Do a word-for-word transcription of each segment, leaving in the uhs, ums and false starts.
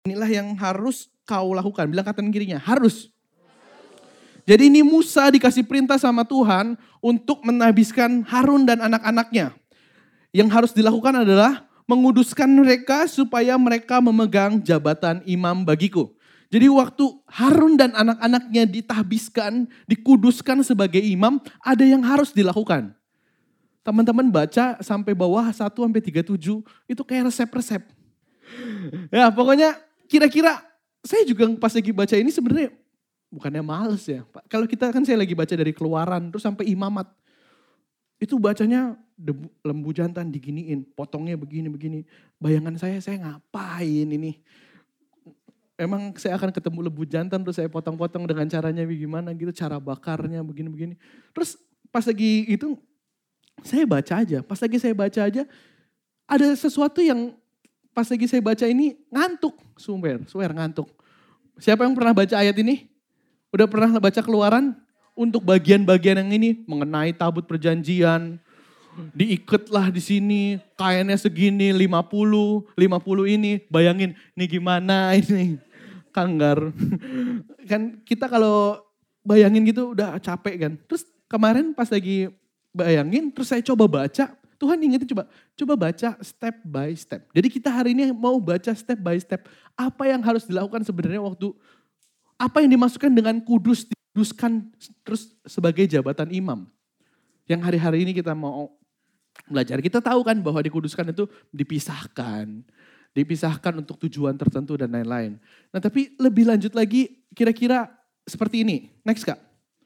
Inilah yang harus kau lakukan. Bilang kanan kirinya, harus. Jadi ini Musa dikasih perintah sama Tuhan untuk menabiskan Harun dan anak-anaknya. Yang harus dilakukan adalah menguduskan mereka supaya mereka memegang jabatan imam bagiku. Jadi waktu Harun dan anak-anaknya ditahbiskan, dikuduskan sebagai imam, ada yang harus dilakukan. Teman-teman baca sampai bawah satu sampai tiga puluh tujuh, itu kayak resep-resep. Ya pokoknya kira-kira saya juga pas lagi baca ini sebenarnya bukannya males ya. Kalau kita kan saya lagi baca dari Keluaran terus sampai Imamat. Itu bacanya debu, lembu jantan diginiin, potongnya begini-begini. Bayangan saya, saya ngapain ini? Emang saya akan ketemu lembu jantan terus saya potong-potong dengan caranya bagaimana gitu, cara bakarnya begini-begini. Terus pas lagi itu saya baca aja, pas lagi saya baca aja ada sesuatu yang pas lagi saya baca ini ngantuk, sumber, swear ngantuk. Siapa yang pernah baca ayat ini? Udah pernah baca Keluaran? Untuk bagian-bagian yang ini mengenai tabut perjanjian, diikatlah di sini, kainnya segini, lima puluh, lima puluh ini, bayangin, ini gimana ini, Kanggar. Kan kita kalau bayangin gitu udah capek kan. Terus kemarin pas lagi bayangin, terus saya coba baca, Tuhan ingetin coba, coba baca step by step. Jadi kita hari ini mau baca step by step, apa yang harus dilakukan sebenarnya waktu, apa yang dimasukkan dengan kudus, dikuduskan terus sebagai jabatan imam. Yang hari-hari ini kita mau belajar. Kita tahu kan bahwa dikuduskan itu dipisahkan. Dipisahkan untuk tujuan tertentu dan lain-lain. Nah tapi lebih lanjut lagi kira-kira seperti ini. Next Kak.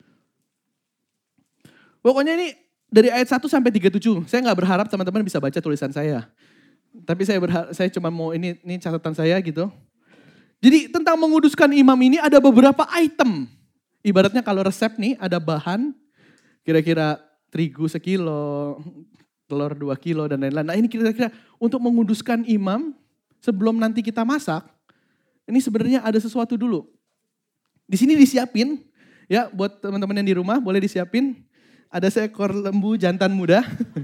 Pokoknya ini dari ayat satu sampai tiga puluh tujuh. Saya gak berharap teman-teman bisa baca tulisan saya. Tapi saya berharap, saya cuma mau ini, ini catatan saya gitu. Jadi tentang menguduskan imam ini ada beberapa item. Ibaratnya kalau resep nih ada bahan kira-kira terigu sekilo, telur dua kilo dan lain-lain. Nah ini kira-kira untuk menguduskan imam sebelum nanti kita masak. Ini sebenarnya ada sesuatu dulu. Di sini disiapin ya buat teman-teman yang di rumah boleh disiapin. Ada seekor lembu jantan muda.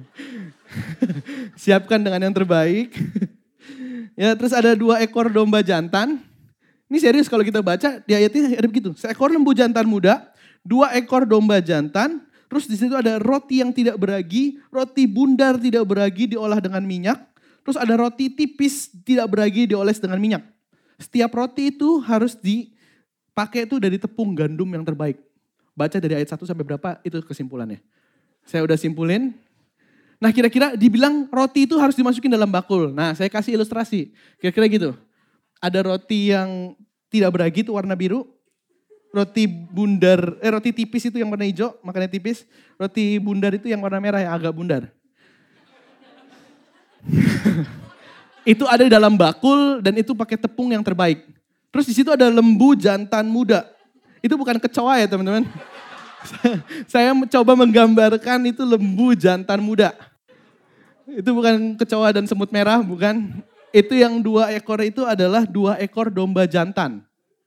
Siapkan dengan yang terbaik. Ya terus ada dua ekor domba jantan. Ini serius kalau kita baca di ayatnya ada begitu. Seekor lembu jantan muda, dua ekor domba jantan, terus di situ ada roti yang tidak beragi, roti bundar tidak beragi diolah dengan minyak, terus ada roti tipis tidak beragi dioles dengan minyak. Setiap roti itu harus dipakai itu dari tepung gandum yang terbaik. Baca dari ayat satu sampai berapa itu kesimpulannya. Saya udah simpulin. Nah kira-kira dibilang roti itu harus dimasukin dalam bakul. Nah saya kasih ilustrasi, kira-kira gitu. Ada roti yang tidak beragi itu warna biru. Roti bundar, eh roti tipis itu yang warna hijau, makanya tipis. Roti bundar itu yang warna merah yang agak bundar. Itu ada di dalam bakul dan itu pakai tepung yang terbaik. Terus di situ ada lembu jantan muda. Itu bukan kecoa ya teman-teman. Saya mencoba menggambarkan itu lembu jantan muda. Itu bukan kecoa dan semut merah, bukan. Itu yang dua ekor itu adalah dua ekor domba jantan.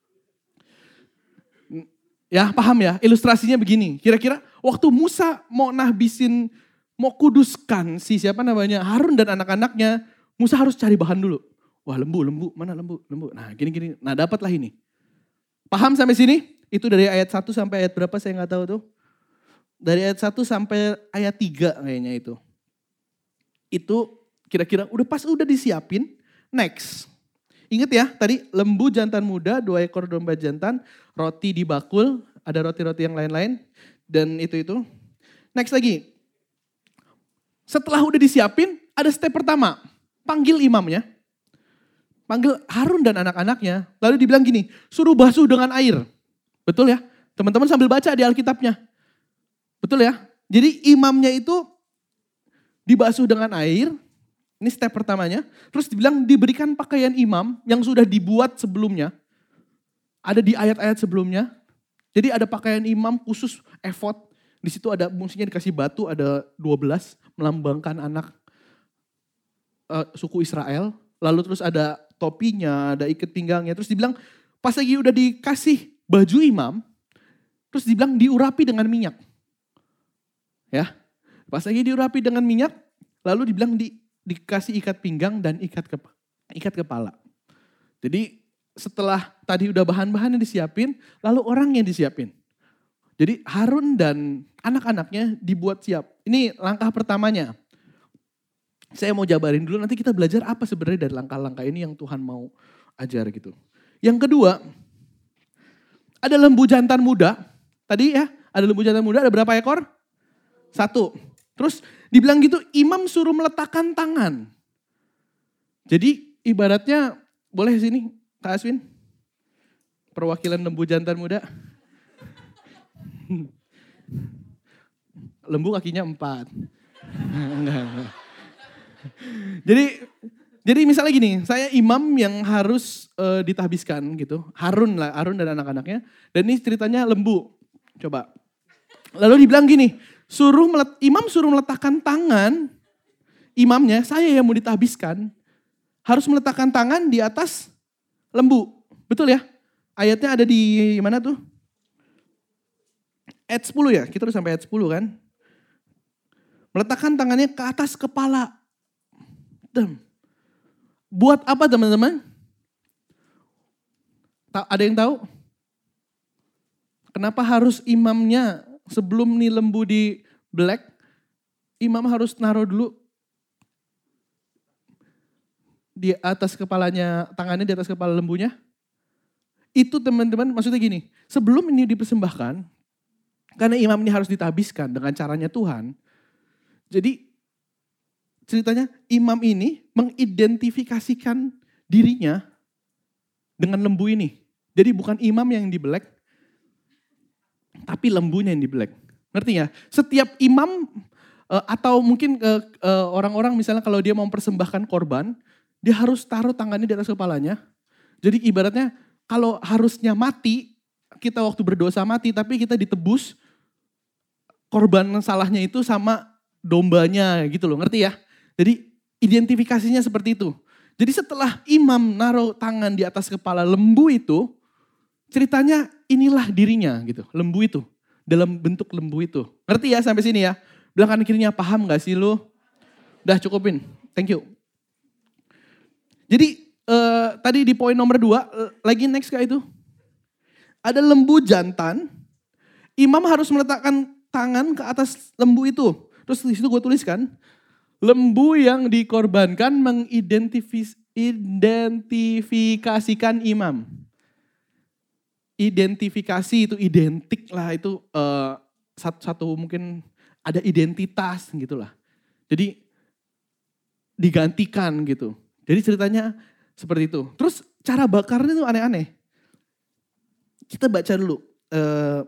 Ya paham ya, ilustrasinya begini. Kira-kira waktu Musa mau nahbisin, mau kuduskan si siapa namanya Harun dan anak-anaknya, Musa harus cari bahan dulu. Wah lembu, lembu, mana lembu, lembu. Nah gini-gini, nah dapatlah ini. Paham sampai sini? Itu dari ayat satu sampai ayat berapa saya gak tahu tuh. Dari ayat satu sampai ayat tiga kayaknya itu. Itu kira-kira udah pas udah disiapin, next. Ingat ya tadi lembu jantan muda, dua ekor domba jantan, roti di bakul, ada roti-roti yang lain-lain. Dan itu-itu. Next lagi. Setelah udah disiapin, ada step pertama. Panggil imamnya. Panggil Harun dan anak-anaknya. Lalu dibilang gini, suruh basuh dengan air. Betul ya? Teman-teman sambil baca di Alkitabnya. Betul ya? Jadi imamnya itu dibasuh dengan air. Ini step pertamanya. Terus dibilang diberikan pakaian imam yang sudah dibuat sebelumnya. Ada di ayat-ayat sebelumnya. Jadi ada pakaian imam khusus efod. Di situ ada fungsinya dikasih batu ada dua belas melambangkan anak uh, suku Israel. Lalu terus ada topinya, ada ikat pinggangnya. Terus dibilang pas lagi udah dikasih baju imam. Terus dibilang diurapi dengan minyak. Ya. Pas lagi diurapi dengan minyak. Lalu dibilang di dikasih ikat pinggang dan ikat kepala. Ikat kepala. Jadi setelah tadi udah bahan-bahannya disiapin, lalu orangnya disiapin. Jadi Harun dan anak-anaknya dibuat siap. Ini langkah pertamanya. Saya mau jabarin dulu, nanti kita belajar apa sebenarnya dari langkah-langkah ini yang Tuhan mau ajar gitu. Yang kedua, ada lembu jantan muda. Tadi ya, ada lembu jantan muda, ada berapa ekor? Satu. Terus dibilang gitu, imam suruh meletakkan tangan. Jadi ibaratnya, boleh sini Kak Aswin? Perwakilan lembu jantan muda. Lembu kakinya empat. Enggak, enggak. Jadi, jadi misalnya gini, saya imam yang harus uh, ditahbiskan gitu. Harun lah, Harun dan anak-anaknya. Dan ini ceritanya lembu. Coba. Lalu dibilang gini, suruh melet, imam suruh meletakkan tangan, imamnya, saya yang mau ditahbiskan, harus meletakkan tangan di atas lembu. Betul ya? Ayatnya ada di mana tuh? Ayat sepuluh ya, kita udah sampai ayat sepuluh kan. Meletakkan tangannya ke atas kepala. Dem. Buat apa teman-teman? Ada yang tahu? Kenapa harus imamnya sebelum nih lembu di black, imam harus naruh dulu di atas kepalanya, tangannya di atas kepala lembunya? Itu teman-teman maksudnya gini, sebelum ini dipersembahkan, karena imam ini harus ditahbiskan dengan caranya Tuhan. Jadi ceritanya imam ini mengidentifikasikan dirinya dengan lembu ini. Jadi bukan imam yang dibelek, tapi lembunya yang dibelek. Ngerti ya? Setiap imam atau mungkin orang-orang misalnya kalau dia mau mempersembahkan korban, dia harus taruh tangannya di atas kepalanya. Jadi ibaratnya kalau harusnya mati, kita waktu berdosa mati, tapi kita ditebus, korban salahnya itu sama dombanya gitu loh, ngerti ya? Jadi identifikasinya seperti itu. Jadi setelah imam naruh tangan di atas kepala lembu itu, ceritanya inilah dirinya gitu, lembu itu. Dalam bentuk lembu itu. Ngerti ya sampai sini ya? Belakang kirinya paham gak sih lu? Udah cukupin, thank you. Jadi uh, tadi di poin nomor dua, uh, lagi next kak itu. Ada lembu jantan, imam harus meletakkan tangan ke atas lembu itu. Terus di situ gue tuliskan, lembu yang dikorbankan mengidentifikasikan imam. Identifikasi itu identik lah, itu uh, satu, satu mungkin ada identitas gitu lah. Jadi digantikan gitu. Jadi ceritanya seperti itu. Terus cara bakarnya itu aneh-aneh. Kita baca dulu. Uh,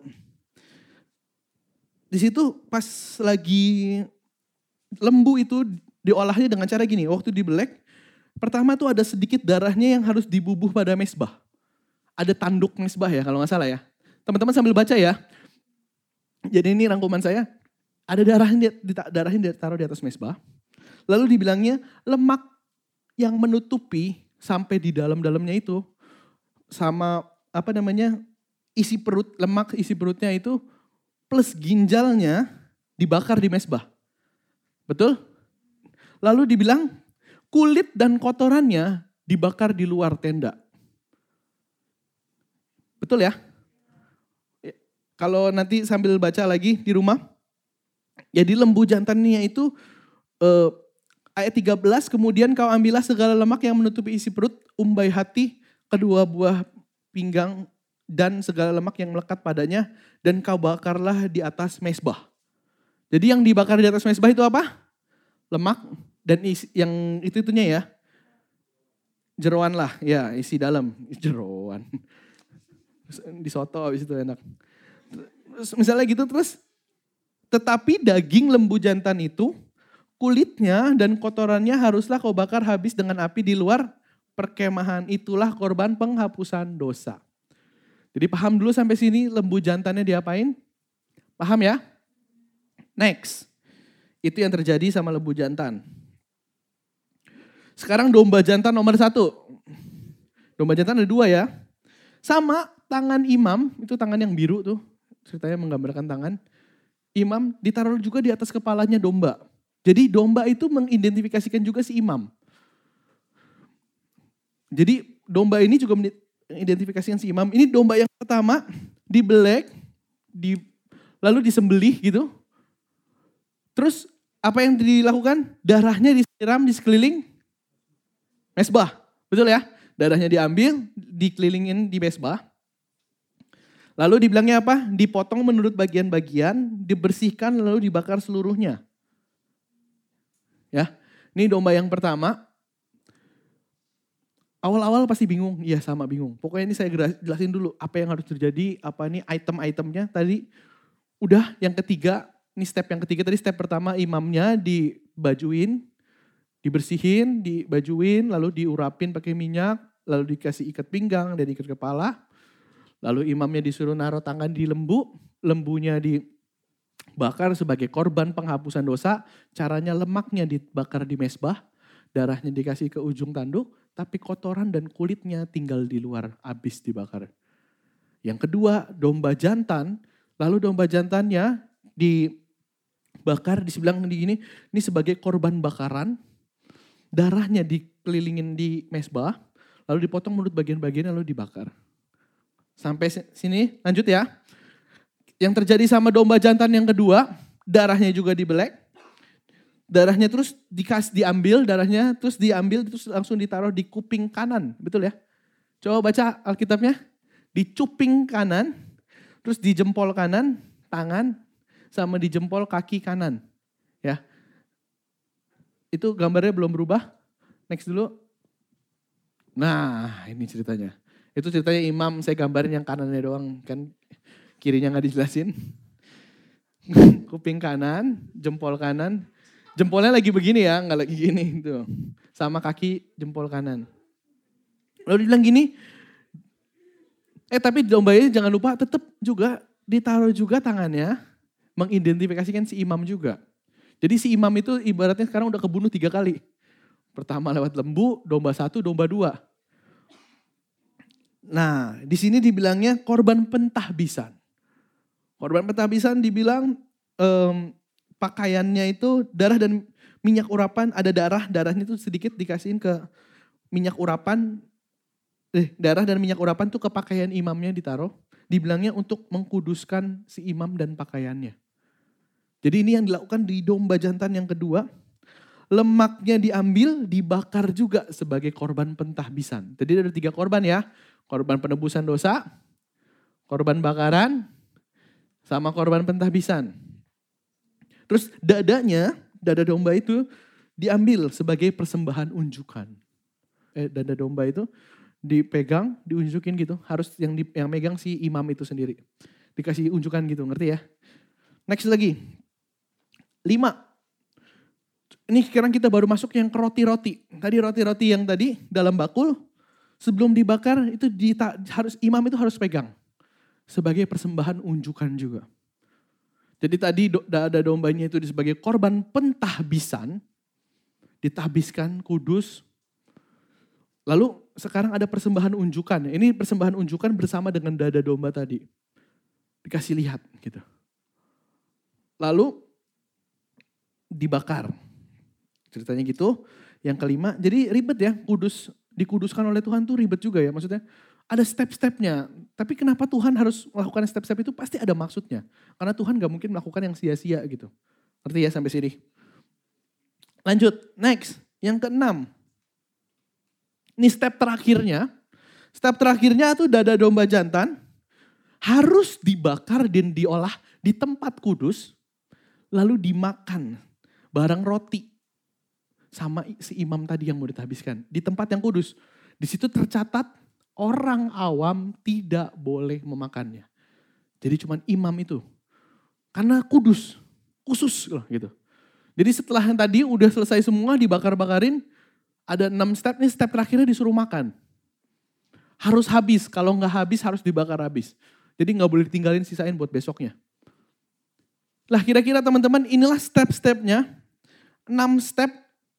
Di situ pas lagi lembu itu diolahnya dengan cara gini. Waktu dibelek, pertama tuh ada sedikit darahnya yang harus dibubuh pada mezbah. Ada tanduk mezbah ya kalau gak salah ya. Teman-teman sambil baca ya. Jadi ini rangkuman saya. Ada darahnya, darahnya ditaruh di atas mezbah. Lalu dibilangnya lemak yang menutupi sampai di dalam-dalamnya itu. Sama apa namanya, isi perut, lemak isi perutnya itu plus ginjalnya dibakar di mezbah. Betul? Lalu dibilang kulit dan kotorannya dibakar di luar tenda. Betul ya? Kalau nanti sambil baca lagi di rumah. Jadi lembu jantannya itu eh, ayat tiga belas, kemudian kau ambillah segala lemak yang menutupi isi perut, umbai hati, kedua buah pinggang, dan segala lemak yang melekat padanya, dan kau bakarlah di atas mezbah. Jadi yang dibakar di atas mezbah itu apa? Lemak dan isi, yang itu-itunya ya. Jeroan lah, ya isi dalam. Jeroan. Di soto habis itu enak. Terus misalnya gitu terus, tetapi daging lembu jantan itu, kulitnya dan kotorannya haruslah kau bakar habis dengan api di luar perkemahan. Itulah korban penghapusan dosa. Jadi paham dulu sampai sini lembu jantannya diapain? Paham ya? Next. Itu yang terjadi sama lembu jantan. Sekarang domba jantan nomor satu. Domba jantan ada dua ya. Sama tangan imam, itu tangan yang biru tuh. Ceritanya menggambarkan tangan. Imam ditaruh juga di atas kepalanya domba. Jadi domba itu mengidentifikasikan juga si imam. Jadi domba ini juga identifikasikan si imam. Ini domba yang pertama dibelek, di, lalu disembelih gitu. Terus apa yang dilakukan? Darahnya disiram di sekeliling mesbah. Betul ya? Darahnya diambil, dikelilingin di mesbah. Lalu dibilangnya apa? Dipotong menurut bagian-bagian, dibersihkan lalu dibakar seluruhnya. Ya, ini domba yang pertama. Awal-awal pasti bingung, iya sama bingung. Pokoknya ini saya jelasin dulu apa yang harus terjadi, apa ini item-itemnya. Tadi udah yang ketiga, ini step yang ketiga. Tadi step pertama imamnya dibajuin, dibersihin, dibajuin, lalu diurapin pakai minyak, lalu dikasih ikat pinggang dan ikat kepala. Lalu imamnya disuruh naruh tangan di lembu, lembunya dibakar sebagai korban penghapusan dosa. Caranya lemaknya dibakar di mesbah, darahnya dikasih ke ujung tanduk, tapi kotoran dan kulitnya tinggal di luar, habis dibakar. Yang kedua, domba jantan, lalu domba jantannya dibakar di sebelah di gini, ini sebagai korban bakaran, darahnya dikelilingin di mesbah, lalu dipotong menurut bagian-bagian lalu dibakar. Sampai sini, lanjut ya. Yang terjadi sama domba jantan yang kedua, darahnya juga dibelek. Darahnya terus dikas diambil, darahnya terus diambil, terus langsung ditaruh di kuping kanan. Betul ya? Coba baca Alkitabnya. Di cuping kanan, terus di jempol kanan, tangan, sama di jempol kaki kanan. Ya. Itu gambarnya belum berubah. Next dulu. Nah, ini ceritanya. Itu ceritanya imam, saya gambarin yang kanannya doang, kan kirinya gak dijelasin. Kuping kanan, jempol kanan, jempolnya lagi begini ya, gak lagi gini. Tuh. Sama kaki jempol kanan. Lalu dibilang gini, eh tapi dombanya jangan lupa tetap juga ditaruh juga tangannya, mengidentifikasikan si imam juga. Jadi si imam itu ibaratnya sekarang udah kebunuh tiga kali. Pertama lewat lembu, domba satu, domba dua. Nah, di sini dibilangnya korban pentahbisan. Korban pentahbisan dibilang um, pakaiannya itu darah dan minyak urapan, ada darah, darahnya itu sedikit dikasihin ke minyak urapan, eh, darah dan minyak urapan itu ke pakaian imamnya ditaruh. Dibilangnya untuk mengkuduskan si imam dan pakaiannya. Jadi ini yang dilakukan di domba jantan yang kedua. Lemaknya diambil, dibakar juga sebagai korban pentahbisan. Jadi ada tiga korban ya. Korban penebusan dosa, korban bakaran, sama korban pentahbisan. Terus dadanya, dada domba itu diambil sebagai persembahan unjukan. Eh, dada domba itu dipegang, diunjukin gitu. Harus yang di, yang megang si imam itu sendiri. Dikasih unjukan gitu, ngerti ya? Next lagi. Lima. Ini sekarang kita baru masuk yang ke roti-roti. Tadi roti-roti yang tadi dalam bakul. Sebelum dibakar itu di, harus imam itu harus pegang sebagai persembahan unjukan juga. Jadi tadi dada dombanya itu sebagai korban pentahbisan, ditahbiskan kudus. Lalu sekarang ada persembahan unjukan. Ini persembahan unjukan bersama dengan dada domba tadi. Dikasih lihat gitu. Lalu dibakar. Ceritanya gitu. Yang kelima, jadi ribet ya kudus. Dikuduskan oleh Tuhan tuh ribet juga ya. Maksudnya ada step-stepnya. Tapi kenapa Tuhan harus melakukan step-step itu? Pasti ada maksudnya. Karena Tuhan gak mungkin melakukan yang sia-sia gitu. Ngerti ya sampai sini? Lanjut, next. Yang keenam. Ini step terakhirnya. Step terakhirnya tuh dada domba jantan. Harus dibakar dan diolah di tempat kudus. Lalu dimakan bareng roti. Sama si imam tadi yang mau ditahbiskan. Di tempat yang kudus. Di situ tercatat orang awam tidak boleh memakannya. Jadi cuman imam itu. Karena kudus. Khusus loh gitu. Jadi setelah yang tadi udah selesai semua dibakar-bakarin. Ada enam step nih, step terakhirnya disuruh makan. Harus habis. Kalau nggak habis harus dibakar habis. Jadi nggak boleh ditinggalin sisain buat besoknya. Lah kira-kira teman-teman inilah step-stepnya. Enam step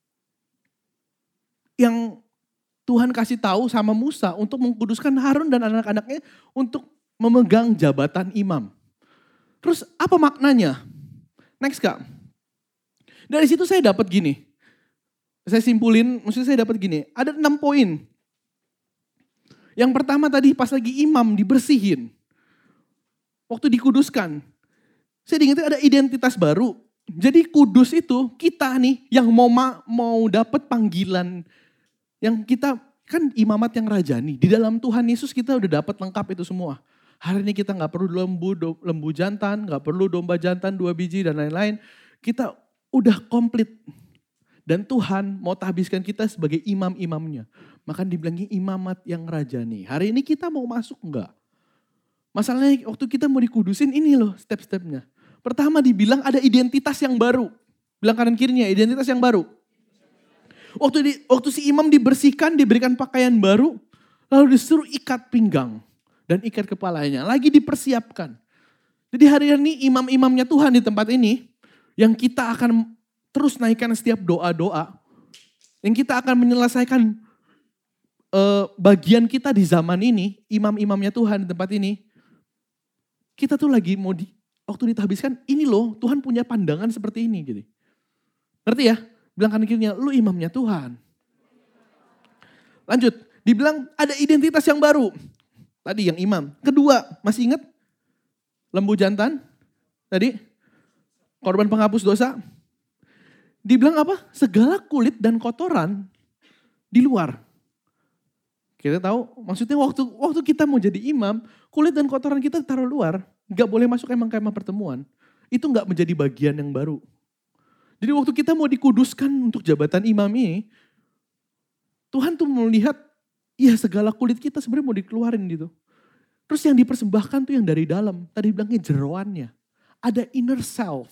yang Tuhan kasih tahu sama Musa untuk mengkuduskan Harun dan anak-anaknya untuk memegang jabatan imam. Terus apa maknanya? Next Kak. Dari situ saya dapat gini. Saya simpulin, maksudnya saya dapat gini. Ada enam poin. Yang pertama tadi pas lagi imam dibersihin. Waktu dikuduskan. Saya diingetin ada identitas baru. Jadi kudus itu kita nih yang mau ma- mau dapat panggilan. Yang kita kan imamat yang rajani. Di dalam Tuhan Yesus kita udah dapat lengkap itu semua. Hari ini kita gak perlu lembu, do, lembu jantan, gak perlu domba jantan dua biji dan lain-lain. Kita udah komplit. Dan Tuhan mau habiskan kita sebagai imam-imamnya. Maka dibilangnya imamat yang rajani. Hari ini kita mau masuk enggak? Masalahnya waktu kita mau dikudusin ini loh step-stepnya. Pertama dibilang ada identitas yang baru. Bilang kanan kirinya identitas yang baru. Waktu di, waktu si imam dibersihkan, diberikan pakaian baru. Lalu disuruh ikat pinggang. Dan ikat kepalanya. Lagi dipersiapkan. Jadi hari ini imam-imamnya Tuhan di tempat ini. Yang kita akan terus naikkan setiap doa-doa. Yang kita akan menyelesaikan uh, bagian kita di zaman ini. Imam-imamnya Tuhan di tempat ini. Kita tuh lagi mau di, waktu ditahbiskan, ini loh Tuhan punya pandangan seperti ini. Gitu. Ngerti ya? Bilang kanan kirinya, lu imamnya Tuhan. Lanjut, dibilang ada identitas yang baru. Tadi yang imam. Kedua, masih ingat? Lembu jantan? Tadi? Korban penghapus dosa? Dibilang apa? Segala kulit dan kotoran di luar. Kita tahu, maksudnya waktu waktu kita mau jadi imam, kulit dan kotoran kita taruh luar. Gak boleh masuk emang kemah pertemuan. Itu gak menjadi bagian yang baru. Jadi waktu kita mau dikuduskan untuk jabatan imam ini, Tuhan tuh melihat, ya segala kulit kita sebenarnya mau dikeluarin gitu. Terus yang dipersembahkan tuh yang dari dalam. Tadi bilangnya jeroannya. Ada inner self.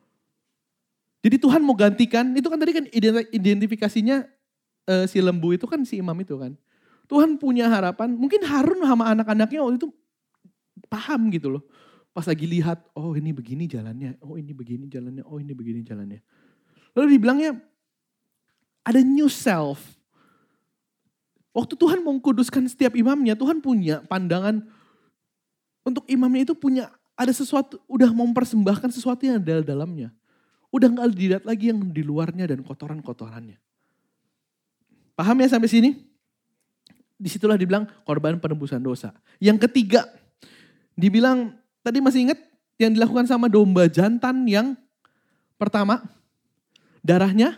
Jadi Tuhan mau gantikan, itu kan tadi kan identifikasinya uh, si lembu itu kan si imam itu kan. Tuhan punya harapan, mungkin Harun sama anak-anaknya waktu itu paham gitu loh. Pas lagi lihat, oh ini begini jalannya, oh ini begini jalannya, oh ini begini jalannya. Lalu dibilangnya, ada new self. Waktu Tuhan mau kuduskan setiap imamnya, Tuhan punya pandangan untuk imamnya itu punya, ada sesuatu, udah mau mempersembahkan sesuatu yang ada dalamnya. Udah gak dilihat lagi yang di luarnya dan kotoran-kotorannya. Paham ya sampai sini? Disitulah dibilang korban penebusan dosa. Yang ketiga, dibilang tadi masih ingat yang dilakukan sama domba jantan yang pertama, darahnya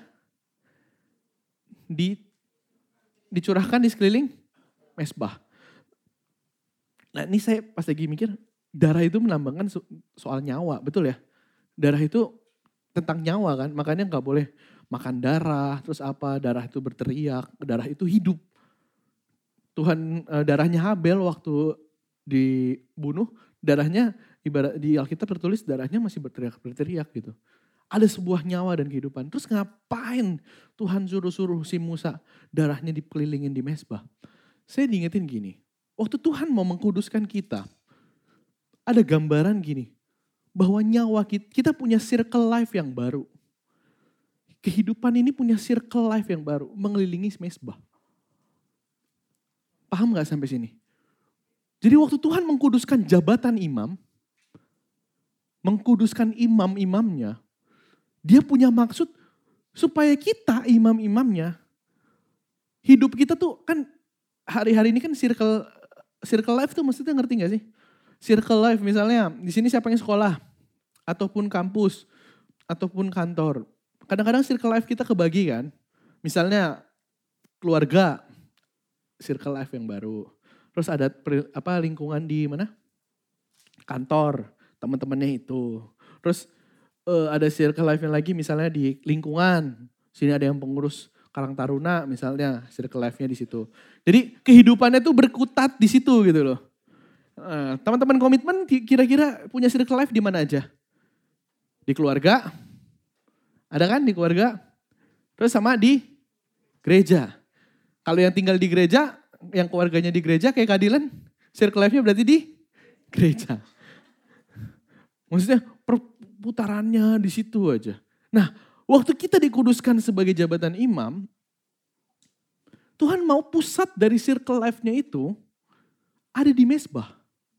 di, dicurahkan di sekeliling mesbah. Nah ini saya pas lagi mikir, darah itu melambangkan so, soal nyawa, betul ya? Darah itu tentang nyawa kan, makanya gak boleh makan darah, terus apa, darah itu berteriak, darah itu hidup. Tuhan darahnya Habel waktu dibunuh, darahnya ibarat di Alkitab tertulis darahnya masih berteriak-berteriak gitu. Ada sebuah nyawa dan kehidupan. Terus ngapain Tuhan suruh-suruh si Musa darahnya dikelilingin di mesbah? Saya diingetin gini, waktu Tuhan mau mengkuduskan kita, ada gambaran gini, bahwa nyawa kita, kita punya circle life yang baru. Kehidupan ini punya circle life yang baru, mengelilingi mesbah. Paham gak sampai sini? Jadi waktu Tuhan mengkuduskan jabatan imam, mengkuduskan imam-imamnya, dia punya maksud supaya kita imam-imamnya, hidup kita tuh kan hari-hari ini kan circle circle life tuh maksudnya ngerti gak sih? Circle life misalnya di sini siapa yang sekolah, ataupun kampus, ataupun kantor. Kadang-kadang circle life kita kebagi kan. Misalnya keluarga, circle life yang baru. Terus ada apa lingkungan di mana? Kantor, teman-temannya itu. Terus uh, ada circle life yang lagi misalnya di lingkungan. Sini ada yang pengurus Karang Taruna misalnya, circle life-nya di situ. Jadi kehidupannya tuh berkutat di situ gitu loh. Uh, teman-teman komitmen kira-kira punya circle life di mana aja? Di keluarga, ada kan di keluarga? Terus sama di gereja. Kalau yang tinggal di gereja, yang keluarganya di gereja kayak keadilan, circle life-nya berarti di gereja. Maksudnya perputarannya di situ aja. Nah, waktu kita dikuduskan sebagai jabatan imam, Tuhan mau pusat dari circle life-nya itu ada di mesbah.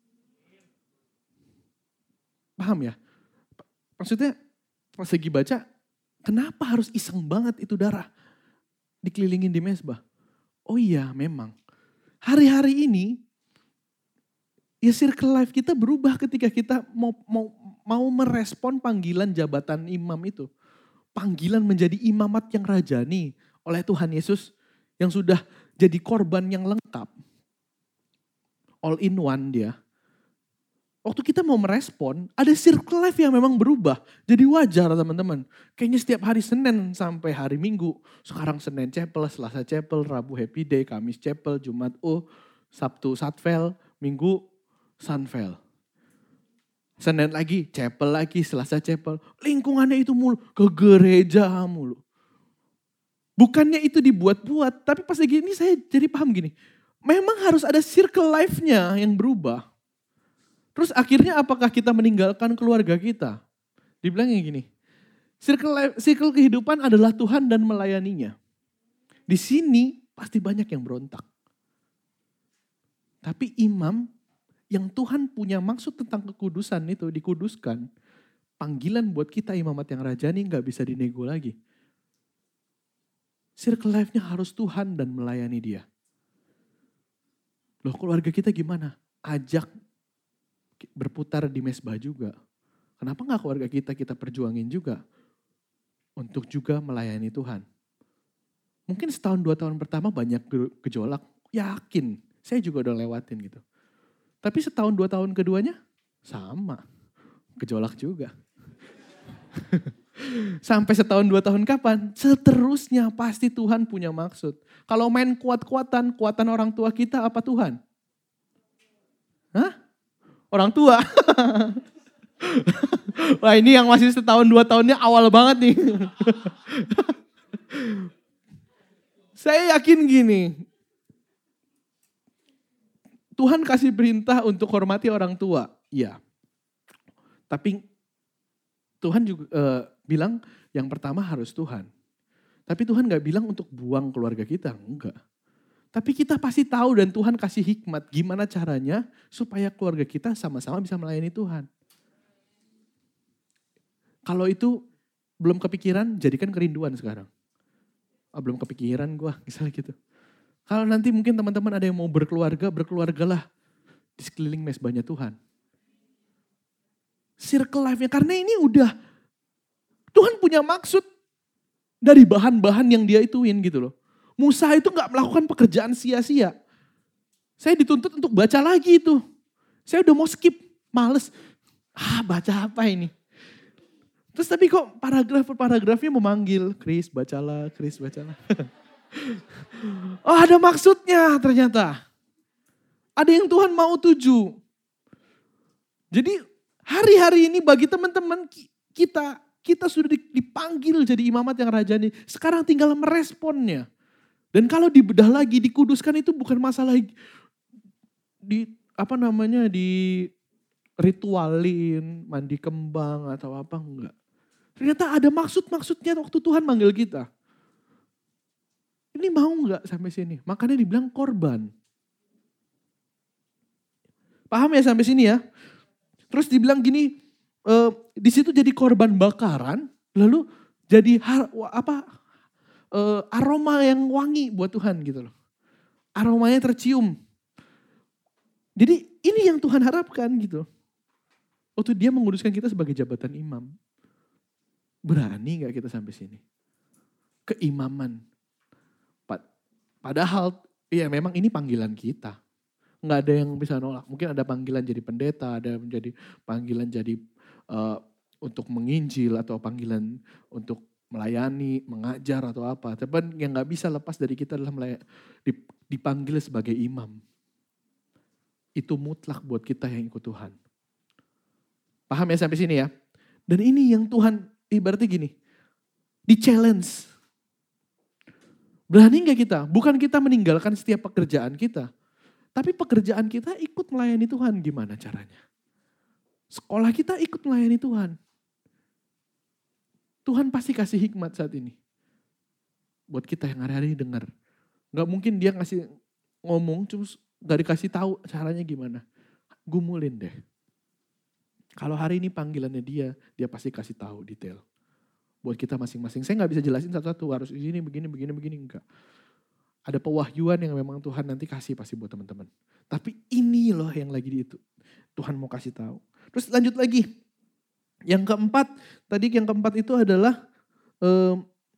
Paham ya? Maksudnya pas lagi baca, kenapa harus iseng banget itu darah dikelilingin di mesbah? Oh iya memang. hari-hari ini, ya circle life kita berubah ketika kita mau mau mau merespon panggilan jabatan imam itu. Panggilan menjadi imamat yang rajani oleh Tuhan Yesus yang sudah jadi korban yang lengkap. All in one dia. Waktu kita mau merespon, ada circle life yang memang berubah. Jadi wajar teman-teman. Kayaknya setiap hari Senin sampai hari Minggu. Sekarang Senin chapel, Selasa chapel, Rabu happy day, Kamis chapel, Jumat U, Sabtu satvel, Minggu sunvel. Senin lagi chapel lagi, Selasa chapel. Lingkungannya itu mulu, ke gereja mulu. Bukannya itu dibuat-buat, tapi pas lagi ini saya jadi paham gini. Memang harus ada circle life-nya yang berubah. Terus akhirnya apakah kita meninggalkan keluarga kita? Dibilangnya gini, circle, life, circle kehidupan adalah Tuhan dan melayaninya. Di sini pasti banyak yang berontak. Tapi imam yang Tuhan punya maksud tentang kekudusan itu dikuduskan. Panggilan buat kita imamat yang rajani gak bisa dinego lagi. Circle life-nya harus Tuhan dan melayani dia. Loh keluarga kita gimana? Ajak berputar di mesbah juga. Kenapa gak keluarga kita kita perjuangin juga? Untuk juga melayani Tuhan. Mungkin setahun dua tahun pertama banyak gejolak. Yakin, saya juga udah lewatin gitu. Tapi setahun dua tahun keduanya sama. Gejolak juga. Sampai setahun dua tahun kapan? Seterusnya pasti Tuhan punya maksud. Kalau main kuat-kuatan, kuatan orang tua kita apa Tuhan? Hah? Orang tua. Wah ini yang masih setahun dua tahunnya awal banget nih. Saya yakin gini. Tuhan kasih perintah untuk hormati orang tua. Iya. Tapi Tuhan juga uh, bilang yang pertama harus Tuhan. Tapi Tuhan gak bilang untuk buang keluarga kita. Enggak. Tapi kita pasti tahu dan Tuhan kasih hikmat gimana caranya supaya keluarga kita sama-sama bisa melayani Tuhan. Kalau itu belum kepikiran, jadikan kerinduan sekarang. Oh, belum kepikiran gue, misalnya gitu. Kalau nanti mungkin teman-teman ada yang mau berkeluarga, berkeluargalah di sekeliling mesbahnya Tuhan. Circle life-nya, karena ini udah Tuhan punya maksud dari bahan-bahan yang dia ituin gitu loh. Musa itu gak melakukan pekerjaan sia-sia. Saya dituntut untuk baca lagi itu. Saya udah mau skip, males. Ah baca apa ini? Terus tapi kok paragraf per paragrafnya memanggil, Chris bacalah, Chris bacalah. Oh ada maksudnya ternyata. Ada yang Tuhan mau tuju. Jadi hari-hari ini bagi teman-teman kita, kita sudah dipanggil jadi imamat yang rajani. Sekarang tinggal meresponnya. Dan kalau dibedah lagi, dikuduskan itu bukan masalah di apa namanya di ritualin, mandi kembang atau apa enggak. Ternyata ada maksud-maksudnya waktu Tuhan manggil kita. Ini mau enggak sampai sini? Makanya dibilang korban. Paham ya sampai sini ya? Terus dibilang gini, e, di situ jadi korban bakaran, lalu jadi har, apa? Uh, aroma yang wangi buat Tuhan gitu loh. Aromanya tercium. Jadi ini yang Tuhan harapkan gitu. Waktu dia menguduskan kita sebagai jabatan imam. Berani gak kita sampai sini? Keimaman. Padahal ya memang ini panggilan kita. Gak ada yang bisa nolak. Mungkin ada panggilan jadi pendeta, ada menjadi panggilan jadi uh, untuk menginjil atau panggilan untuk melayani, mengajar atau apa. Tapi yang gak bisa lepas dari kita adalah dipanggil sebagai imam. Itu mutlak buat kita yang ikut Tuhan. Paham ya sampai sini ya? Dan ini yang Tuhan ibaratnya gini, di-challenge. Berani gak kita? Bukan kita meninggalkan setiap pekerjaan kita. Tapi pekerjaan kita ikut melayani Tuhan. Gimana caranya? Sekolah kita ikut melayani Tuhan. Tuhan pasti kasih hikmat saat ini. Buat kita yang hari-hari dengar. Gak mungkin dia ngasih ngomong, cuma gak dikasih tahu caranya gimana. Gumulin deh. Kalau hari ini panggilannya dia, dia pasti kasih tahu detail. Buat kita masing-masing. Saya gak bisa jelasin satu-satu, harus ini, begini, begini, begini, enggak. Ada pewahyuan yang memang Tuhan nanti kasih pasti buat teman-teman. Tapi ini loh yang lagi di itu. Tuhan mau kasih tahu. Terus lanjut lagi. Yang keempat, tadi yang keempat itu adalah eh,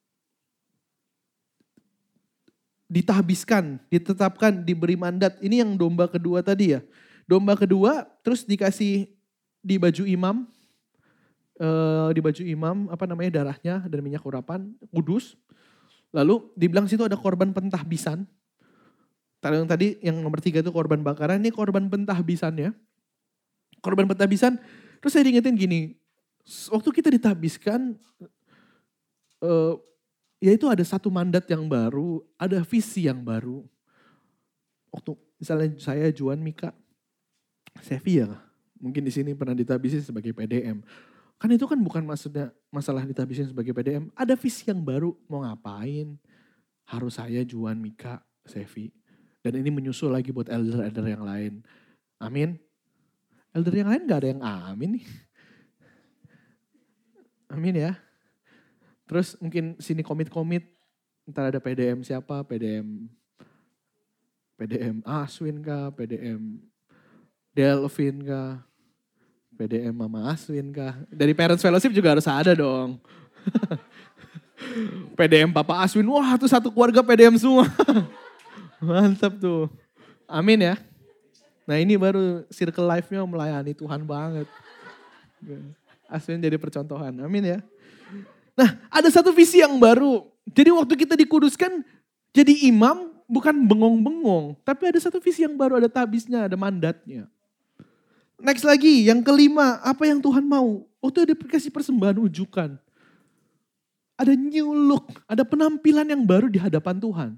ditahbiskan, ditetapkan, diberi mandat. Ini yang domba kedua tadi ya. Domba kedua terus dikasih di baju imam, eh, di baju imam apa namanya darahnya dan minyak urapan, kudus. Lalu dibilang situ ada korban pentahbisan. Yang tadi yang nomor tiga itu korban bakaran, ini korban pentahbisannya. Korban pentahbisan, terus saya diingetin gini, waktu kita ditahbiskan, eh, ya itu ada satu mandat yang baru, ada visi yang baru. Waktu misalnya saya, Juan, Mika, Sevi ya, mungkin di sini pernah ditahbisin sebagai P D M. Kan itu kan bukan maksudnya masalah ditahbisin sebagai P D M. Ada visi yang baru, mau ngapain. Harus saya, Juan, Mika, Sevi. Dan ini menyusul lagi buat elder-elder yang lain. Amin. Elder yang lain gak ada yang amin nih. Amin ya. Terus mungkin sini komit-komit. Ntar ada P D M siapa, P D M P D M Aswin kah, P D M Delvin kah, P D M Mama Aswin kah. Dari Parents Fellowship juga harus ada dong. P D M Papa Aswin, wah itu satu keluarga P D M semua. Mantap tuh. Amin ya. Nah ini baru circle life-nya melayani Tuhan banget. Aswin jadi percontohan, amin ya. Nah ada satu visi yang baru. Jadi waktu kita dikuduskan jadi imam bukan bengong-bengong. Tapi ada satu visi yang baru, ada tabisnya, ada mandatnya. Next lagi, yang kelima, apa yang Tuhan mau? Waktu ada kasih persembahan ujukan. Ada new look, ada penampilan yang baru di hadapan Tuhan.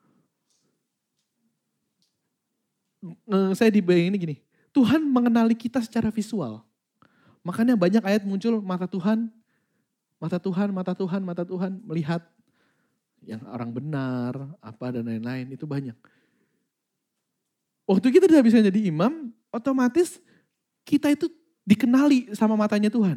Saya dibayangin gini, Tuhan mengenali kita secara visual. Makanya banyak ayat muncul mata Tuhan, mata Tuhan, mata Tuhan, mata Tuhan melihat yang orang benar, apa dan lain-lain, itu banyak. Waktu kita tidak bisa jadi imam, otomatis kita itu dikenali sama matanya Tuhan.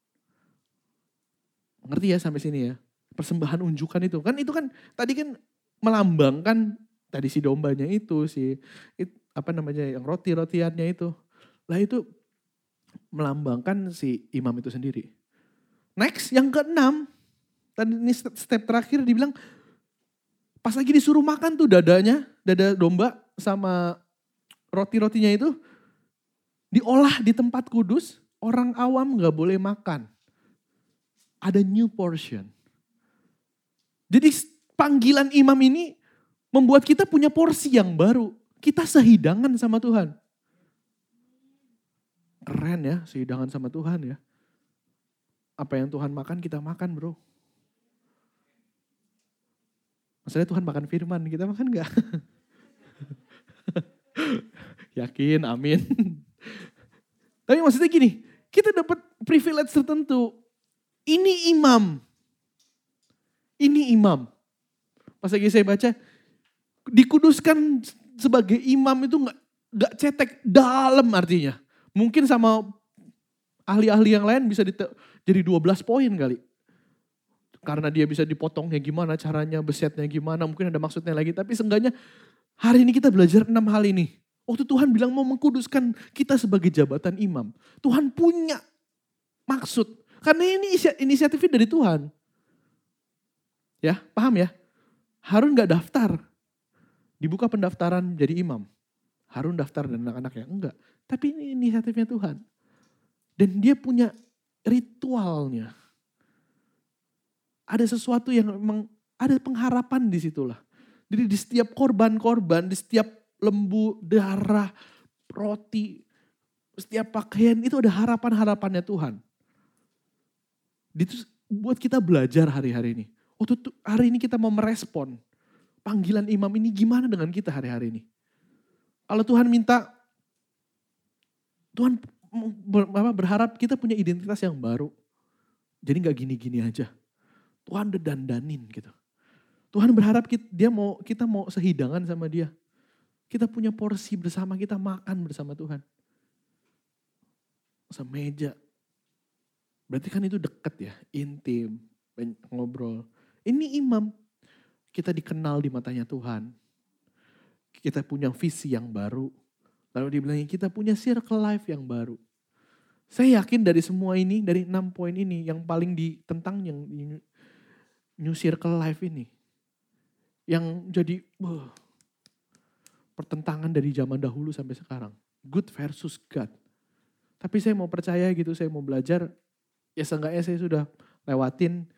Ngerti ya sampai sini ya? Persembahan unjukan itu. Kan itu kan tadi kan melambangkan tadi si dombanya itu, si it, apa namanya yang roti-rotiannya itu. Lah itu melambangkan si imam itu sendiri. Next yang keenam, tadi ini step terakhir dibilang pas lagi disuruh makan tuh dadanya, dada domba sama roti-rotinya itu diolah di tempat kudus, orang awam gak boleh makan. Ada new portion. Jadi panggilan imam ini membuat kita punya porsi yang baru. Kita sehidangan sama Tuhan. Keren ya, sehidangan sama Tuhan ya. Apa yang Tuhan makan kita makan bro. Maksudnya Tuhan makan firman, kita makan gak? Yakin, amin. Tapi maksudnya gini, kita dapat privilege tertentu. Ini imam. Ini imam. Pas lagi saya baca, dikuduskan sebagai imam itu gak, gak cetek dalam artinya. Mungkin sama ahli-ahli yang lain bisa dite- jadi dua belas poin kali. Karena dia bisa dipotongnya gimana, caranya, besetnya gimana, mungkin ada maksudnya lagi. Tapi seenggaknya hari ini kita belajar enam hal ini. Waktu Tuhan bilang mau mengkuduskan kita sebagai jabatan imam. Tuhan punya maksud. Karena ini inisiatifnya dari Tuhan. Ya, paham ya? Harun gak daftar. Dibuka pendaftaran jadi imam. Harun daftar dan anak-anaknya. Enggak. Tapi ini inisiatifnya Tuhan. Dan dia punya ritualnya. Ada sesuatu yang memang ada pengharapan di situlah. Jadi di setiap korban-korban, di setiap lembu, darah, roti, setiap pakaian itu ada harapan-harapannya Tuhan. Itu buat kita belajar hari-hari ini. Waktu hari ini kita mau merespon panggilan imam ini gimana dengan kita hari-hari ini. Kalau Tuhan minta, Tuhan berharap kita punya identitas yang baru. Jadi gak gini-gini aja. Tuhan udah dandanin gitu. Tuhan berharap kita, dia mau, kita mau sehidangan sama dia. Kita punya porsi bersama, kita makan bersama Tuhan. Semeja. Berarti kan itu dekat ya, intim, ngobrol. Ini imam. kita dikenal di matanya Tuhan. Kita punya visi yang baru. Lalu dibilangnya kita punya circle life yang baru. Saya yakin dari semua ini, dari enam poin ini, yang paling ditentang yang new circle life ini. Yang jadi uh, pertentangan dari zaman dahulu sampai sekarang. Good versus God. Tapi saya mau percaya gitu, saya mau belajar. Ya seenggaknya saya sudah lewatin,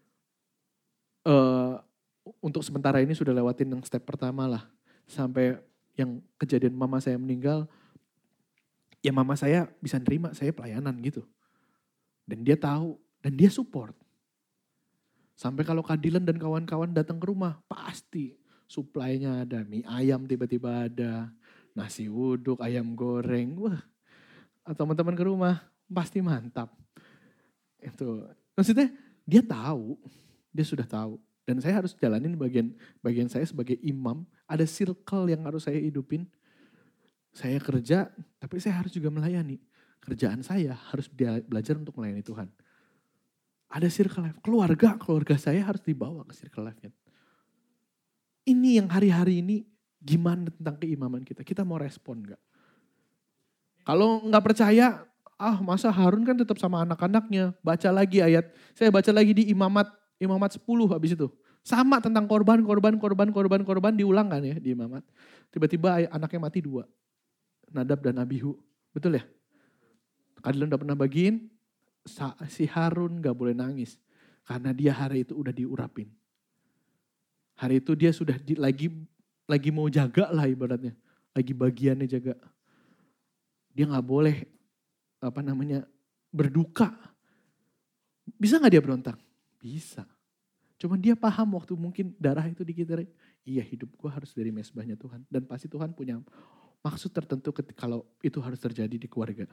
uh, untuk sementara ini sudah lewatin yang step pertama lah. Sampai yang kejadian mama saya meninggal, ya mama saya bisa nerima saya pelayanan gitu. Dan dia tahu, dan dia support. Sampai kalau Kak Dylan dan kawan-kawan datang ke rumah, pasti supply-nya ada. Mie ayam tiba-tiba ada, nasi uduk, ayam goreng. Wah, atau teman-teman ke rumah, pasti mantap. Itu maksudnya dia tahu, dia sudah tahu. Dan saya harus jalanin bagian bagian saya sebagai imam, ada circle yang harus saya hidupin. Saya kerja, tapi saya harus juga melayani. Kerjaan saya harus belajar untuk melayani Tuhan. Ada circle life. Keluarga, keluarga saya harus dibawa ke circle life-nya. Ini yang hari-hari ini gimana tentang keimaman kita. Kita mau respon gak? Kalau gak percaya, ah masa Harun kan tetap sama anak-anaknya. Baca lagi ayat, saya baca lagi di imamat, imamat sepuluh habis itu. Sama tentang korban, korban, korban, korban, korban diulang kan ya di imamat. Tiba-tiba anaknya mati dua. Nadab dan Abihu. Betul ya? Kalian udah pernah bagiin, si Harun gak boleh nangis. Karena dia hari itu udah diurapin. Hari itu dia sudah di, lagi lagi mau jaga lah ibaratnya. Lagi bagiannya jaga. Dia gak boleh apa namanya berduka. Bisa gak dia berontak? Bisa. Cuman dia paham waktu mungkin darah itu dikitarin. Iya hidup gue harus dari mesbahnya Tuhan. Dan pasti Tuhan punya maksud tertentu ketika kalau itu harus terjadi di keluarga.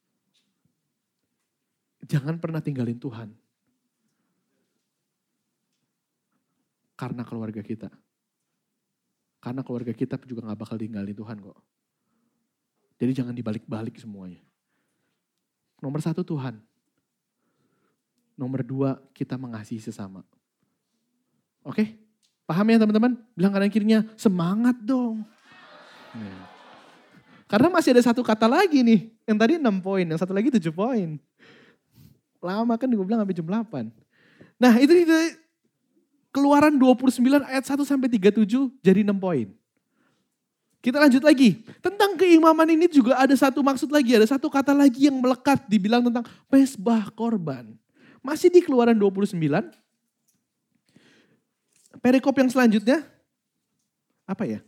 Jangan pernah tinggalin Tuhan. Karena keluarga kita. Karena keluarga kita juga gak bakal tinggalin Tuhan kok. Jadi jangan dibalik-balik semuanya. Nomor satu Tuhan. Nomor dua kita mengasihi sesama. Oke? Paham ya teman-teman? Bilang kanan kirinya semangat dong. Nah. Karena masih ada satu kata lagi nih. Yang tadi enam poin, yang satu lagi tujuh poin. Lama kan gue bilang sampai jam delapan. Nah itu, itu Keluaran dua puluh sembilan ayat satu sampai tiga puluh tujuh jadi enam poin. Kita lanjut lagi. Tentang keimaman ini juga ada satu maksud lagi. Ada satu kata lagi yang melekat dibilang tentang mesbah korban. Masih di Keluaran dua puluh sembilan. Perikop yang selanjutnya. Apa ya?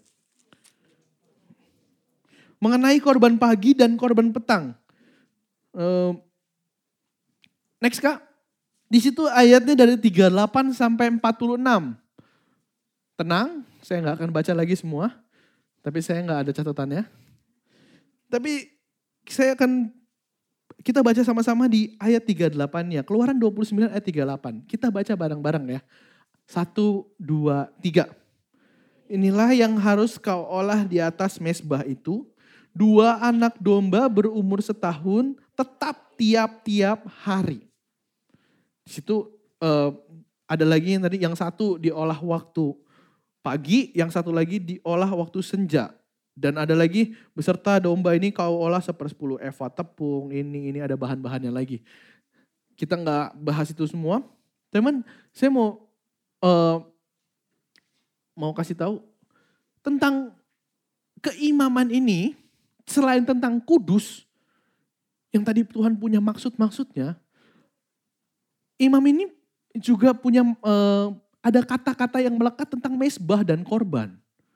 Mengenai korban pagi dan korban petang. Uh, next Kak. Di situ ayatnya dari tiga puluh delapan sampai empat puluh enam. Tenang, saya nggak akan baca lagi semua. Tapi saya nggak ada catatannya. Tapi saya akan, kita baca sama-sama di ayat tiga puluh delapan-nya. Keluaran dua puluh sembilan ayat tiga puluh delapan. Kita baca bareng-bareng ya. Satu, dua, tiga. Inilah yang harus kau olah di atas mezbah itu. Dua anak domba berumur setahun tetap tiap-tiap hari. Di situ uh, ada lagi yang tadi, yang satu diolah waktu pagi, yang satu lagi diolah waktu senja. Dan ada lagi beserta domba ini kau olah sepersepuluh eva tepung, ini ini ada bahan-bahannya lagi. Kita nggak bahas itu semua. Teman, saya mau uh, mau kasih tahu tentang keimaman ini, selain tentang kudus, yang tadi Tuhan punya maksud-maksudnya, imam ini juga punya uh, ada kata-kata yang melekat tentang mezbah dan korban.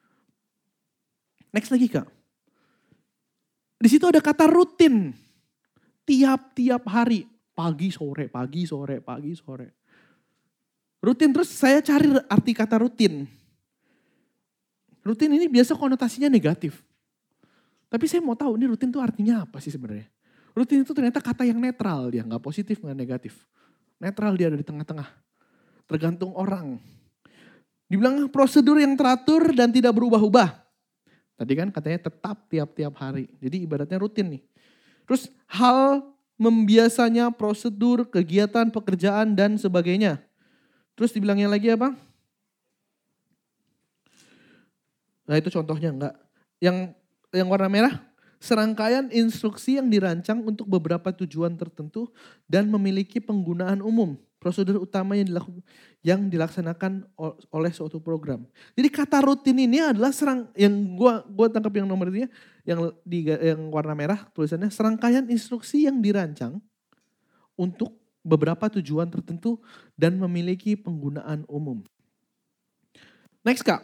Next lagi Kak. Di situ ada kata rutin. Tiap-tiap hari. Pagi, sore, pagi, sore, pagi, sore. Rutin, terus saya cari arti kata rutin. Rutin ini biasa konotasinya negatif. Tapi saya mau tahu ini rutin itu artinya apa sih sebenarnya. Rutin itu ternyata kata yang netral, dia nggak positif, nggak negatif. Netral dia ada di tengah-tengah. Tergantung orang. Dibilang prosedur yang teratur dan tidak berubah-ubah. Tadi kan katanya tetap tiap-tiap hari. Jadi ibaratnya rutin nih. Terus hal membiasanya, prosedur, kegiatan, pekerjaan dan sebagainya. Terus dibilangnya lagi apa? Nah itu contohnya enggak. Yang yang warna merah, serangkaian instruksi yang dirancang untuk beberapa tujuan tertentu dan memiliki penggunaan umum. Prosedur utama yang, dilaku, yang dilaksanakan oleh suatu program. Jadi kata rutin ini adalah serang yang gua gua tangkap yang nomor ini yang di yang warna merah tulisannya serangkaian instruksi yang dirancang untuk beberapa tujuan tertentu dan memiliki penggunaan umum. Next Kak.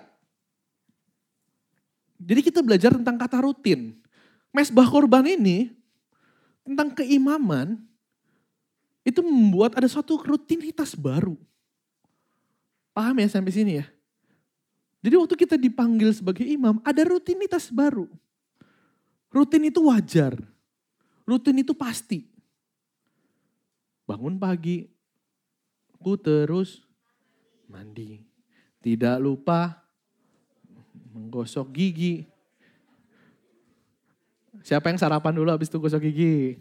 Jadi kita belajar tentang kata rutin. Mezbah korban ini tentang keimaman itu membuat ada suatu rutinitas baru. Paham ya sampai sini ya? Jadi waktu kita dipanggil sebagai imam, ada rutinitas baru. Rutin itu wajar. Rutin itu pasti. Bangun pagi, aku terus mandi. Tidak lupa menggosok gigi. Siapa yang sarapan dulu habis itu gosok gigi?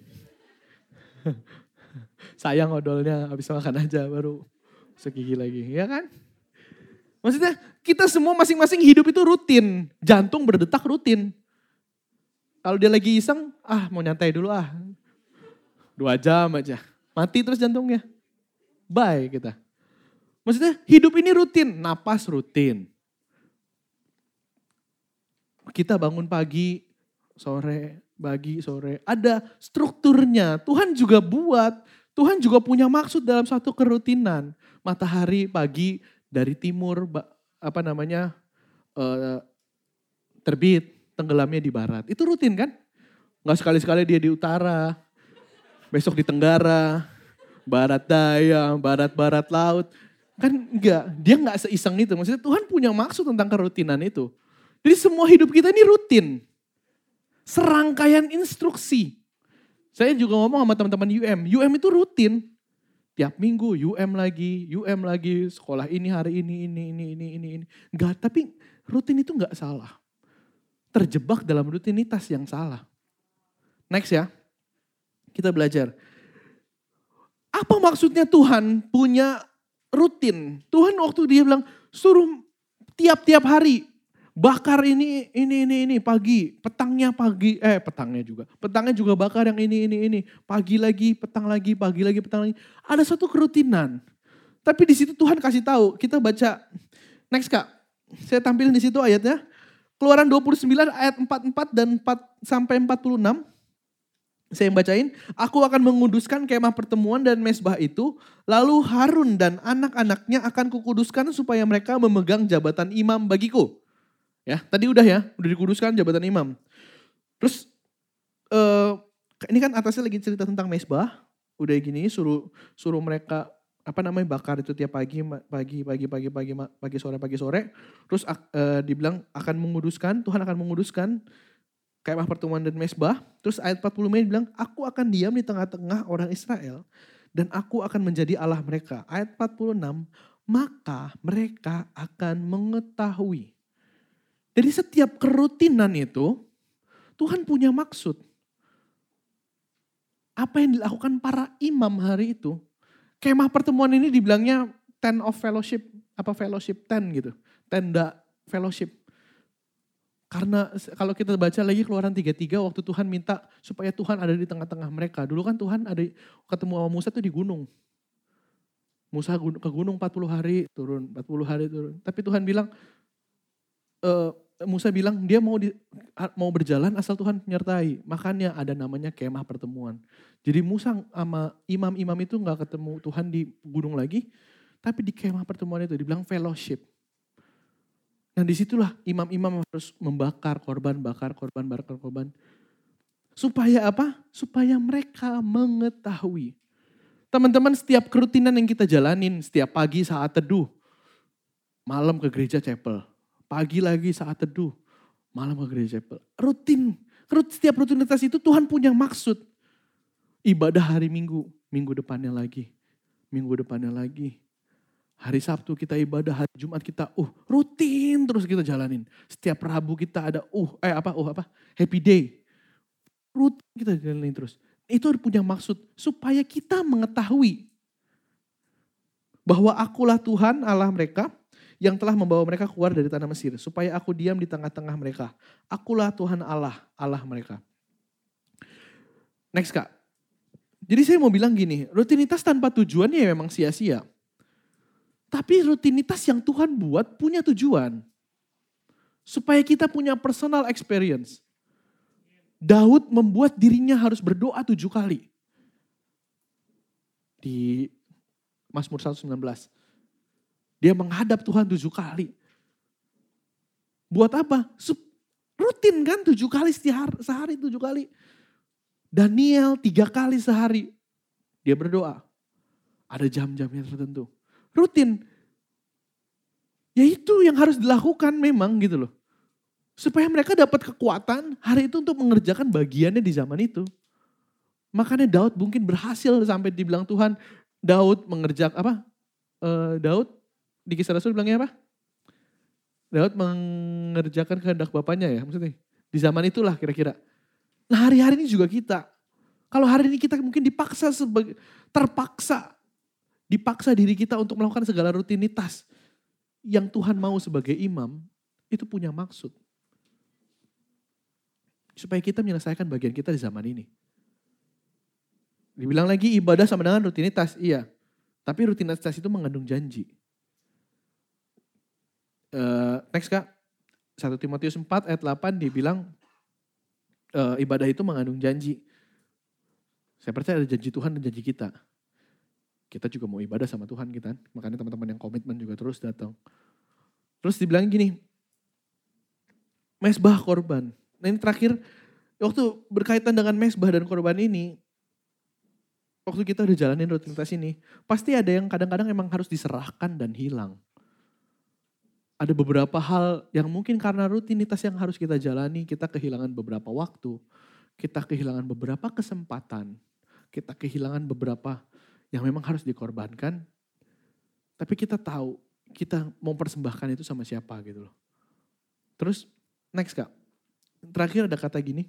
Sayang odolnya, habis makan aja baru gosok gigi lagi, ya kan? Maksudnya kita semua masing-masing hidup itu rutin. Jantung berdetak rutin. Kalau dia lagi iseng, ah mau nyantai dulu ah. Dua jam aja. Mati terus jantungnya. Bye kita. Maksudnya hidup ini rutin. Napas rutin. Kita bangun pagi, sore, pagi, sore. Ada strukturnya. Tuhan juga buat. Tuhan juga punya maksud dalam satu kerutinan. Matahari pagi dari timur, apa namanya, uh, terbit, tenggelamnya di barat. Itu rutin kan? Nggak sekali-sekali dia di utara, besok di tenggara, barat daya, barat-barat laut. Kan enggak, dia nggak seiseng itu. Maksudnya Tuhan punya maksud tentang kerutinan itu. Jadi semua hidup kita ini rutin. Serangkaian instruksi. Saya juga ngomong sama teman-teman U M. U M itu rutin. Tiap minggu U M lagi, U M lagi, sekolah ini hari ini, ini, ini, ini, ini, ini. Enggak, tapi rutin itu enggak salah. Terjebak dalam rutinitas yang salah. Next ya, kita belajar. Apa maksudnya Tuhan punya rutin? Tuhan waktu dia bilang, suruh tiap-tiap hari bakar ini, ini, ini, ini, pagi, petangnya pagi, eh petangnya juga, petangnya juga bakar yang ini, ini, ini, pagi lagi, petang lagi, pagi lagi, petang lagi. Ada satu kerutinan. Tapi di situ Tuhan kasih tahu, kita baca, next Kak, saya tampilin di situ ayatnya, Keluaran dua puluh sembilan ayat empat puluh empat dan empat sampai empat puluh enam. Saya yang bacain, aku akan menguduskan kemah pertemuan dan mezbah itu, lalu Harun dan anak-anaknya akan kukuduskan supaya mereka memegang jabatan imam bagiku. Ya, tadi udah ya, udah dikuduskan jabatan imam. Terus uh, ini kan atasnya lagi cerita tentang mezbah, udah gini suruh suruh mereka apa namanya bakar itu tiap pagi pagi pagi pagi pagi pagi sore pagi sore. Terus uh, dibilang akan menguduskan, Tuhan akan menguduskan kemah pertemuan dan mezbah. Terus ayat empat puluh bilang, aku akan diam di tengah-tengah orang Israel dan aku akan menjadi Allah mereka. Ayat empat puluh enam, maka mereka akan mengetahui. Jadi setiap kerutinan itu Tuhan punya maksud. Apa yang dilakukan para imam hari itu. Kemah pertemuan ini dibilangnya tent of fellowship. Apa fellowship tent gitu. Tenda fellowship. Karena kalau kita baca lagi Keluaran tiga puluh tiga waktu Tuhan minta supaya Tuhan ada di tengah-tengah mereka. Dulu kan Tuhan ada ketemu sama Musa tuh di gunung. Musa ke gunung empat puluh hari turun, empat puluh hari turun. Tapi Tuhan bilang, uh, Musa bilang dia mau di, mau berjalan asal Tuhan menyertai. Makanya ada namanya kemah pertemuan. Jadi Musa sama imam-imam itu gak ketemu Tuhan di gunung lagi. Tapi di kemah pertemuan itu dibilang fellowship. Nah disitulah imam-imam harus membakar korban, bakar korban, bakar korban. Supaya apa? Supaya mereka mengetahui. Teman-teman setiap kerutinan yang kita jalanin, setiap pagi saat teduh. Malam ke gereja chapel. Pagi lagi saat teduh, malam ke gereja chapel. Rutin, setiap rutinitas itu Tuhan punya maksud. Ibadah hari Minggu, minggu depannya lagi, minggu depannya lagi. Hari Sabtu kita ibadah, hari Jumat kita uh rutin terus kita jalanin. Setiap Rabu kita ada uh eh apa uh apa happy day. Rutin kita jalanin terus. Itu punya maksud supaya kita mengetahui bahwa akulah Tuhan Allah mereka yang telah membawa mereka keluar dari tanah Mesir, supaya aku diam di tengah-tengah mereka. Akulah Tuhan Allah, Allah mereka. Next Kak. Jadi saya mau bilang gini, rutinitas tanpa tujuan ya memang sia-sia. Tapi rutinitas yang Tuhan buat punya tujuan. Supaya kita punya personal experience. Daud membuat dirinya harus berdoa tujuh kali. Di Mazmur seratus sembilan belas. Dia menghadap Tuhan tujuh kali. Buat apa? Rutin kan tujuh kali setiap sehari tujuh kali. Daniel tiga kali sehari. Dia berdoa. Ada jam-jamnya tertentu. Rutin. Ya itu yang harus dilakukan memang gitu loh. Supaya mereka dapat kekuatan hari itu untuk mengerjakan bagiannya di zaman itu. Makanya Daud mungkin berhasil sampai dibilang Tuhan, Daud mengerjakan apa? Uh, Daud di Kisah Rasul bilangnya apa? Daud mengerjakan kehendak bapaknya ya maksudnya. Di zaman itulah kira-kira. Nah hari-hari ini juga kita. Kalau hari ini kita mungkin dipaksa sebagai terpaksa. Dipaksa diri kita untuk melakukan segala rutinitas. Yang Tuhan mau sebagai imam, itu punya maksud. Supaya kita menyelesaikan bagian kita di zaman ini. Dibilang lagi ibadah sama dengan rutinitas, iya. Tapi rutinitas itu mengandung janji. Uh, next Kak, satu Timotius empat ayat delapan dibilang uh, ibadah itu mengandung janji. Saya percaya ada janji Tuhan dan janji kita. Kita juga mau ibadah sama Tuhan kita. Makanya teman-teman yang komitmen juga terus datang. Terus dibilang gini, mezbah korban. Nah ini terakhir, waktu berkaitan dengan mezbah dan korban ini, waktu kita udah jalanin rutinitas ini, pasti ada yang kadang-kadang emang harus diserahkan dan hilang. Ada beberapa hal yang mungkin karena rutinitas yang harus kita jalani, kita kehilangan beberapa waktu, kita kehilangan beberapa kesempatan, kita kehilangan beberapa yang memang harus dikorbankan, tapi kita tahu kita mau persembahkan itu sama siapa gitu loh. Terus next Kak, terakhir ada kata gini,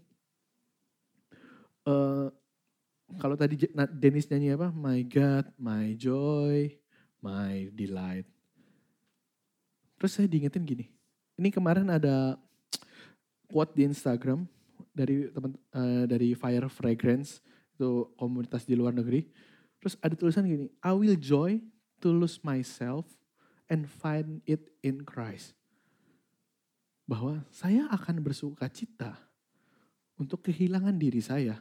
uh, kalau tadi Dennis nyanyi apa? My God, my joy, my delight. Terus saya diingetin gini, ini kemarin ada quote di Instagram dari teman uh, dari Fire Fragrance, itu komunitas di luar negeri. Terus ada tulisan gini, I will joy to lose myself and find it in Christ. Bahwa saya akan bersuka cita untuk kehilangan diri saya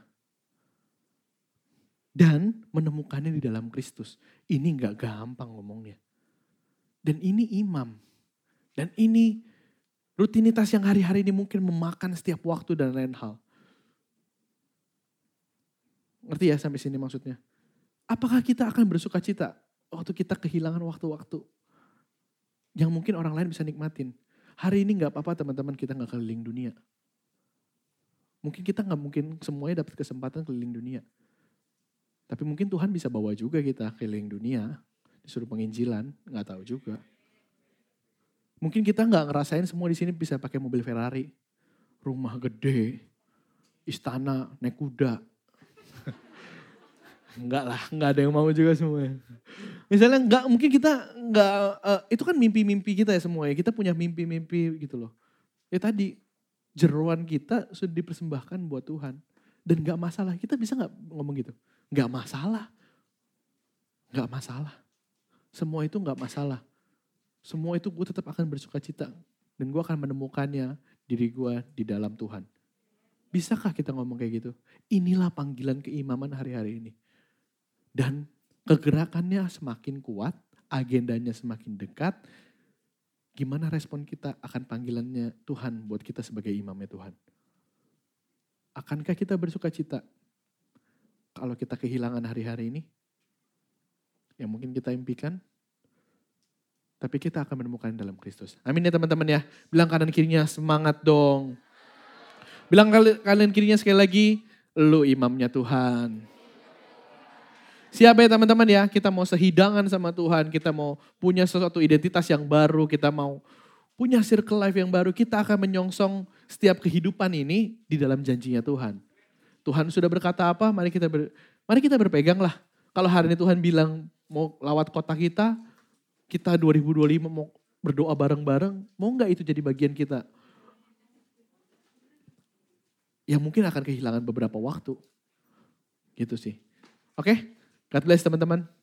dan menemukannya di dalam Kristus. Ini gak gampang ngomongnya. Dan ini imam. Dan ini rutinitas yang hari-hari ini mungkin memakan setiap waktu dan lain hal. Ngerti ya sampai sini maksudnya? Apakah kita akan bersuka cita waktu kita kehilangan waktu-waktu yang mungkin orang lain bisa nikmatin? Hari ini gak apa-apa teman-teman kita gak keliling dunia. Mungkin kita gak mungkin semuanya dapat kesempatan keliling dunia. Tapi mungkin Tuhan bisa bawa juga kita keliling dunia. Disuruh penginjilan, gak tahu juga. Mungkin kita gak ngerasain semua di sini bisa pakai mobil Ferrari. Rumah gede, istana, naik kuda. Enggak lah, enggak ada yang mau juga semuanya. Misalnya enggak, mungkin kita enggak, uh, itu kan mimpi-mimpi kita ya semua ya. Kita punya mimpi-mimpi gitu loh. Ya tadi, jeroan kita sudah dipersembahkan buat Tuhan. Dan enggak masalah, kita bisa enggak ngomong gitu? Enggak masalah. Enggak masalah. Semua itu enggak masalah. Semua itu gue tetap akan bersuka cita. Dan gue akan menemukannya diri gue di dalam Tuhan. Bisakah kita ngomong kayak gitu? Inilah panggilan keimaman hari-hari ini. Dan kegerakannya semakin kuat, agendanya semakin dekat. Gimana respon kita akan panggilannya Tuhan buat kita sebagai imamnya Tuhan? Akankah kita bersuka cita kalau kita kehilangan hari-hari ini? Yang mungkin kita impikan, tapi kita akan menemukan dalam Kristus. Amin ya teman-teman ya. Bilang kanan kirinya semangat dong. Bilang kalian kirinya sekali lagi, lu imamnya Tuhan. Siapa ya teman-teman ya, kita mau sehidangan sama Tuhan, kita mau punya sesuatu identitas yang baru, kita mau punya circle life yang baru, kita akan menyongsong setiap kehidupan ini di dalam janjinya Tuhan. Tuhan sudah berkata apa, mari kita ber, mari kita berpegang lah. Kalau hari ini Tuhan bilang mau lawat kota kita, kita dua ribu dua puluh lima mau berdoa bareng-bareng, mau nggak itu jadi bagian kita? Yang mungkin akan kehilangan beberapa waktu. Gitu sih. Oke, God bless teman-teman.